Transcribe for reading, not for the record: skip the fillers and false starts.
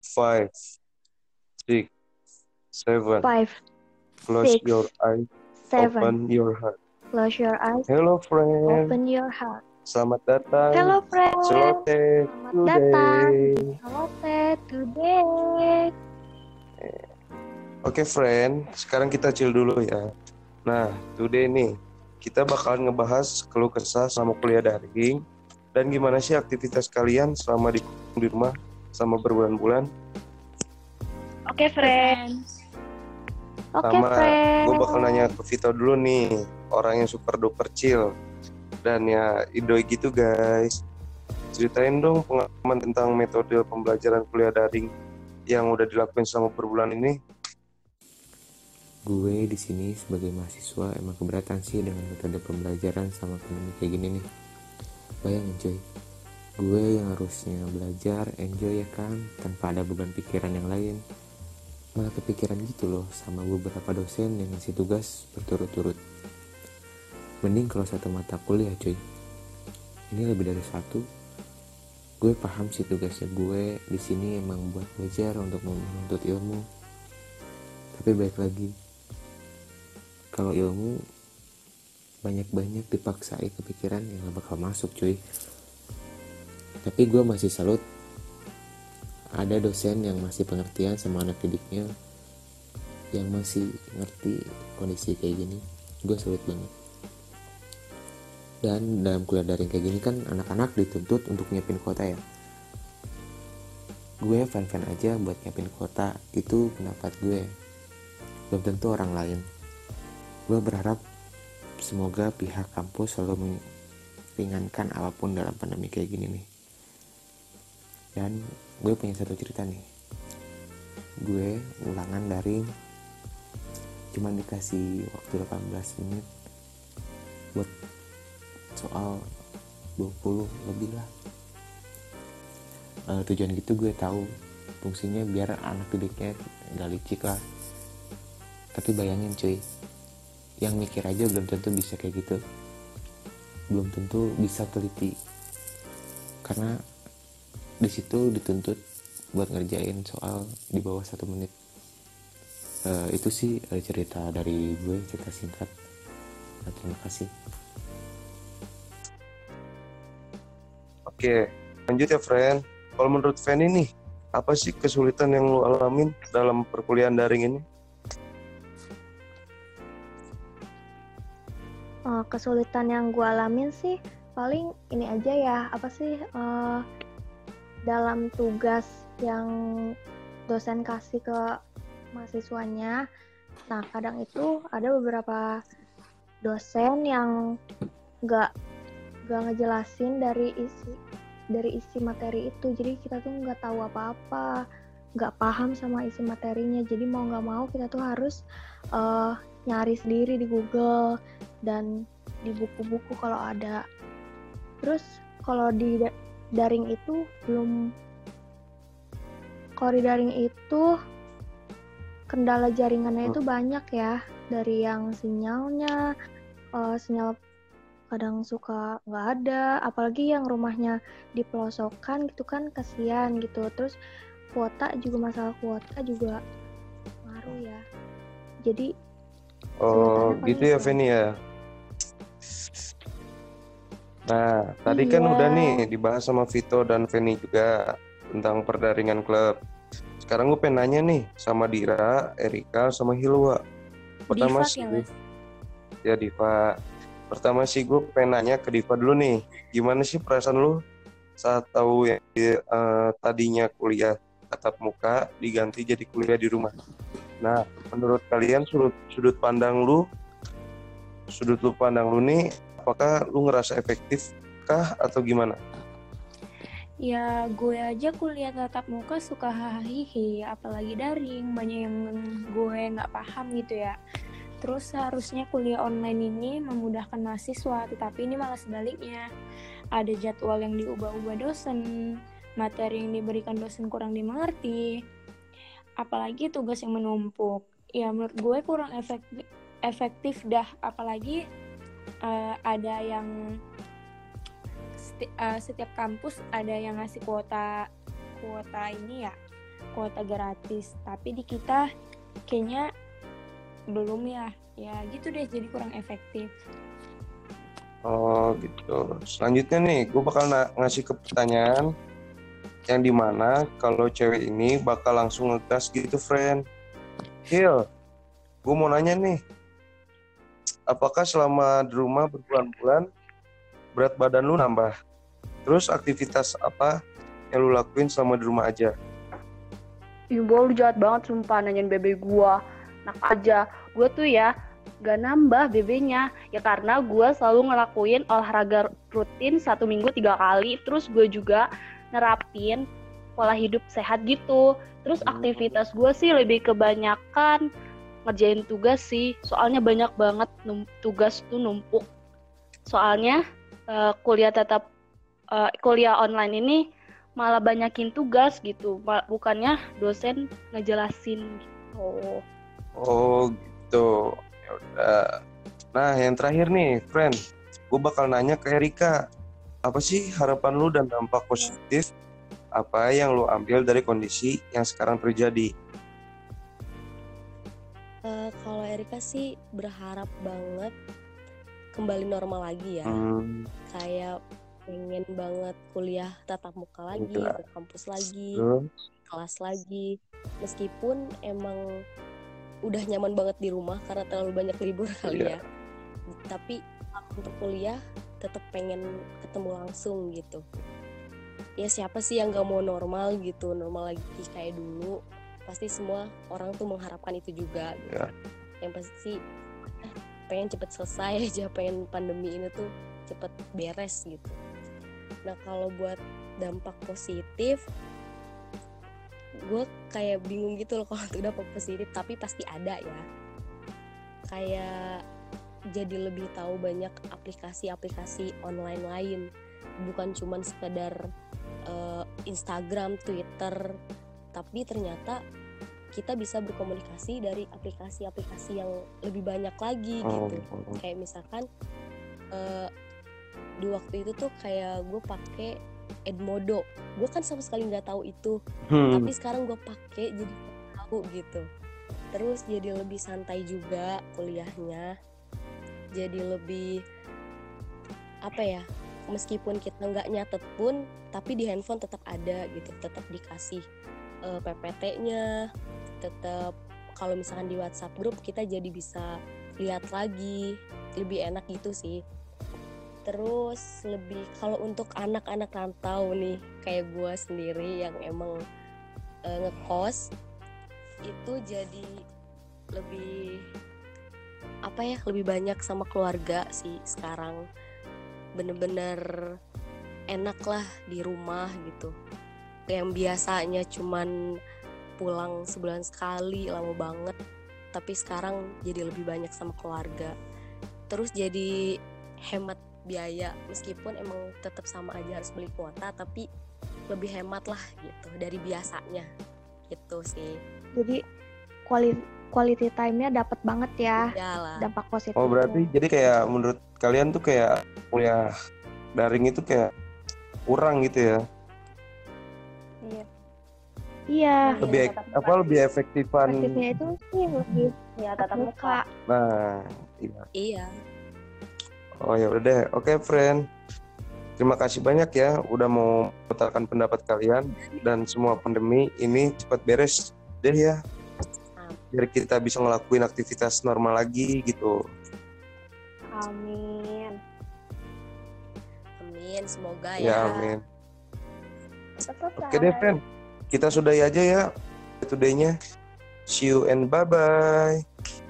Five, six, seven. Five, Close your six, eyes, seven. open your heart. Close your eyes, Hello friend, open your heart. selamat datang Hello di friend, Celote selamat datang Today. di Celote Today. Oke friend, sekarang kita chill dulu ya. Nah, today nih, kita bakalan ngebahas keluh kesah selama kuliah daring dan gimana sih aktivitas kalian selama di rumah selama berbulan-bulan. Oke, friend. Oke Sama, gue bakal nanya friend. ke Vito dulu nih, orang yang super duper chill. Dan ya, idoi gitu guys. Ceritain dong pengalaman tentang metode pembelajaran kuliah daring yang udah dilakuin selama berbulan ini. Gue di sini sebagai mahasiswa emang keberatan sih dengan metode pembelajaran sama pandemi kayak gini nih. Bayangin coy, gue yang harusnya belajar, enjoy ya kan, tanpa ada beban pikiran yang lain. Malah kepikiran gitu loh sama beberapa dosen yang ngasih tugas berturut-turut. Mending kalau satu mata kuliah coy. Ini lebih dari satu. Gue paham sih tugasnya gue di sini emang buat belajar untuk menuntut ilmu. Tapi baik lagi, kalau ilmu banyak-banyak dipaksain kepikiran yang gak bakal masuk cuy. Tapi gue masih salut ada dosen yang masih pengertian sama anak didiknya, yang masih ngerti kondisi kayak gini. Gue salut banget. Dan dalam kuliah daring kayak gini kan anak-anak dituntut untuk nyiapin kuota ya. Gue fan-fan aja buat nyiapin kuota, itu pendapat gue, belum tentu orang lain. Gue berharap semoga pihak kampus selalu meringankan apapun dalam pandemi kayak gini nih. Dan gue punya satu cerita nih. Gue ulangan daring cuma dikasih waktu 18 menit buat soal 20 lebih lah. Tujuan gitu gue tahu fungsinya biar anak didiknya gak licik lah. Tapi bayangin cuy, yang mikir aja belum tentu bisa kayak gitu, belum tentu bisa teliti, karena di situ dituntut buat ngerjain soal di bawah 1 menit. Itu sih cerita dari gue, cerita singkat. Terima kasih. Oke, lanjut ya friend. Kalau menurut Fanny nih, apa sih kesulitan yang lu alamin dalam perkuliahan daring ini? Kesulitan yang gue alamin sih paling ini aja ya, apa sih dalam tugas yang dosen kasih ke mahasiswanya. Nah, kadang itu ada beberapa dosen yang nggak ngejelasin dari isi materi itu. Jadi kita tuh nggak tahu apa-apa, nggak paham sama isi materinya. Jadi mau nggak mau kita tuh harus nyari sendiri di Google dan di buku-buku kalau ada. Terus kalau di daring itu kendala jaringannya itu banyak ya, dari yang sinyalnya, sinyal kadang suka nggak ada, apalagi yang rumahnya di pelosokan gitu kan, kasihan gitu. Terus masalah kuota juga ngaruh ya. Jadi Oh, gitu ya Fanny ya. Nah, tadi kan udah nih dibahas sama Vito dan Fanny juga tentang perdaringan klub. Sekarang gue pengen nanya nih sama Dira, Erika, sama Hilwa. Pertama sih, ya Diva. Pertama sih gue pengen nanya ke Diva dulu nih. Gimana sih perasaan lu saat tahu ya tadinya kuliah tatap muka diganti jadi kuliah di rumah? Nah, menurut kalian sudut pandang lu nih, apakah lu ngerasa efektif kah atau gimana? Ya, gue aja kuliah tatap muka suka hahihi, apalagi daring, banyak yang gue nggak paham gitu ya. Terus seharusnya kuliah online ini memudahkan mahasiswa, tetapi ini malah sebaliknya. Ada jadwal yang diubah-ubah dosen, materi yang diberikan dosen kurang dimengerti, apalagi tugas yang menumpuk. Ya menurut gue kurang efektif dah, apalagi ada yang setiap kampus ada yang ngasih kuota ini ya, kuota gratis. Tapi di kita kayaknya belum ya. Ya gitu deh, jadi kurang efektif. Oh gitu. Selanjutnya nih, gue bakal ngasih ke pertanyaan yang dimana kalau cewek ini bakal langsung ngegas gitu, friend. Hil, gue mau nanya nih, apakah selama di rumah berbulan-bulan berat badan lu nambah? Terus aktivitas apa yang lu lakuin selama di rumah aja? Ih, lu jahat banget sumpah nanyain BB gua. Enak aja. Gua tuh ya gak nambah BB-nya. Ya karena gua selalu ngelakuin olahraga rutin 1 minggu 3 kali. Terus gue juga nerapin pola hidup sehat gitu. Terus aktivitas gua sih lebih kebanyakan ngerjain tugas sih. Soalnya banyak banget tugas tuh numpuk. Soalnya kuliah online ini malah banyakin tugas gitu, bukannya dosen ngejelasin gitu. Oh gitu. Ya udah. Nah, yang terakhir nih, friend. Gue bakal nanya ke Erika. Apa sih harapan lu dan dampak positif apa yang lu ambil dari kondisi yang sekarang terjadi? Kalau Erika sih berharap banget kembali normal lagi ya. Kayak pengen banget kuliah tatap muka lagi, ke kampus lagi, kelas lagi. Meskipun emang udah nyaman banget di rumah karena terlalu banyak libur kali ya. Tapi untuk kuliah tetap pengen ketemu langsung gitu. Ya siapa sih yang gak mau normal gitu, normal lagi kayak dulu. Pasti semua orang tuh mengharapkan itu juga gitu. Yang pasti pengen cepet selesai aja, pengen pandemi ini tuh cepet beres gitu. Nah kalau buat dampak positif, gue kayak bingung gitu loh kalau untuk dampak positif, tapi pasti ada ya. Kayak jadi lebih tahu banyak aplikasi-aplikasi online lain, bukan cuman sekedar Instagram, Twitter, tapi ternyata kita bisa berkomunikasi dari aplikasi-aplikasi yang lebih banyak lagi gitu. Kayak misalkan di waktu itu tuh kayak gue pakai Edmodo, gue kan sama sekali nggak tahu itu, tapi sekarang gue pakai jadi tahu gitu. Terus jadi lebih santai juga kuliahnya, jadi lebih apa ya, meskipun kita nggak nyatet pun, tapi di handphone tetap ada gitu, tetap dikasih PPT-nya, tetap kalau misalkan di WhatsApp grup kita jadi bisa lihat lagi, lebih enak gitu sih. Terus lebih kalau untuk anak-anak rantau nih kayak gue sendiri yang emang ngekos, itu jadi lebih apa ya, lebih banyak sama keluarga sih sekarang. Bener-bener enak lah di rumah gitu. Yang biasanya cuman pulang sebulan sekali, lama banget, tapi sekarang jadi lebih banyak sama keluarga. Terus jadi hemat biaya, meskipun emang tetap sama aja harus beli kuota, tapi lebih hemat lah gitu dari biasanya gitu sih. Jadi quality time-nya dapat banget ya. Iyalah. Dampak positif. Oh berarti jadi kayak menurut kalian tuh kayak kuliah daring itu kayak kurang gitu ya? Iya. Lebih efektifan. Efektifnya itu sih lebih Ya tatap muka. Nah, Iya. Oh ya udah deh. Oke, friend. Terima kasih banyak ya udah mau mengutarakan pendapat kalian, dan semua pandemi ini cepat beres deh ya. Biar kita bisa ngelakuin aktivitas normal lagi gitu. Amin. Amin, semoga Ya, ya. amin. Tetap Oke deh, friend. Kita sudahi aja ya today-nya. See you and bye-bye.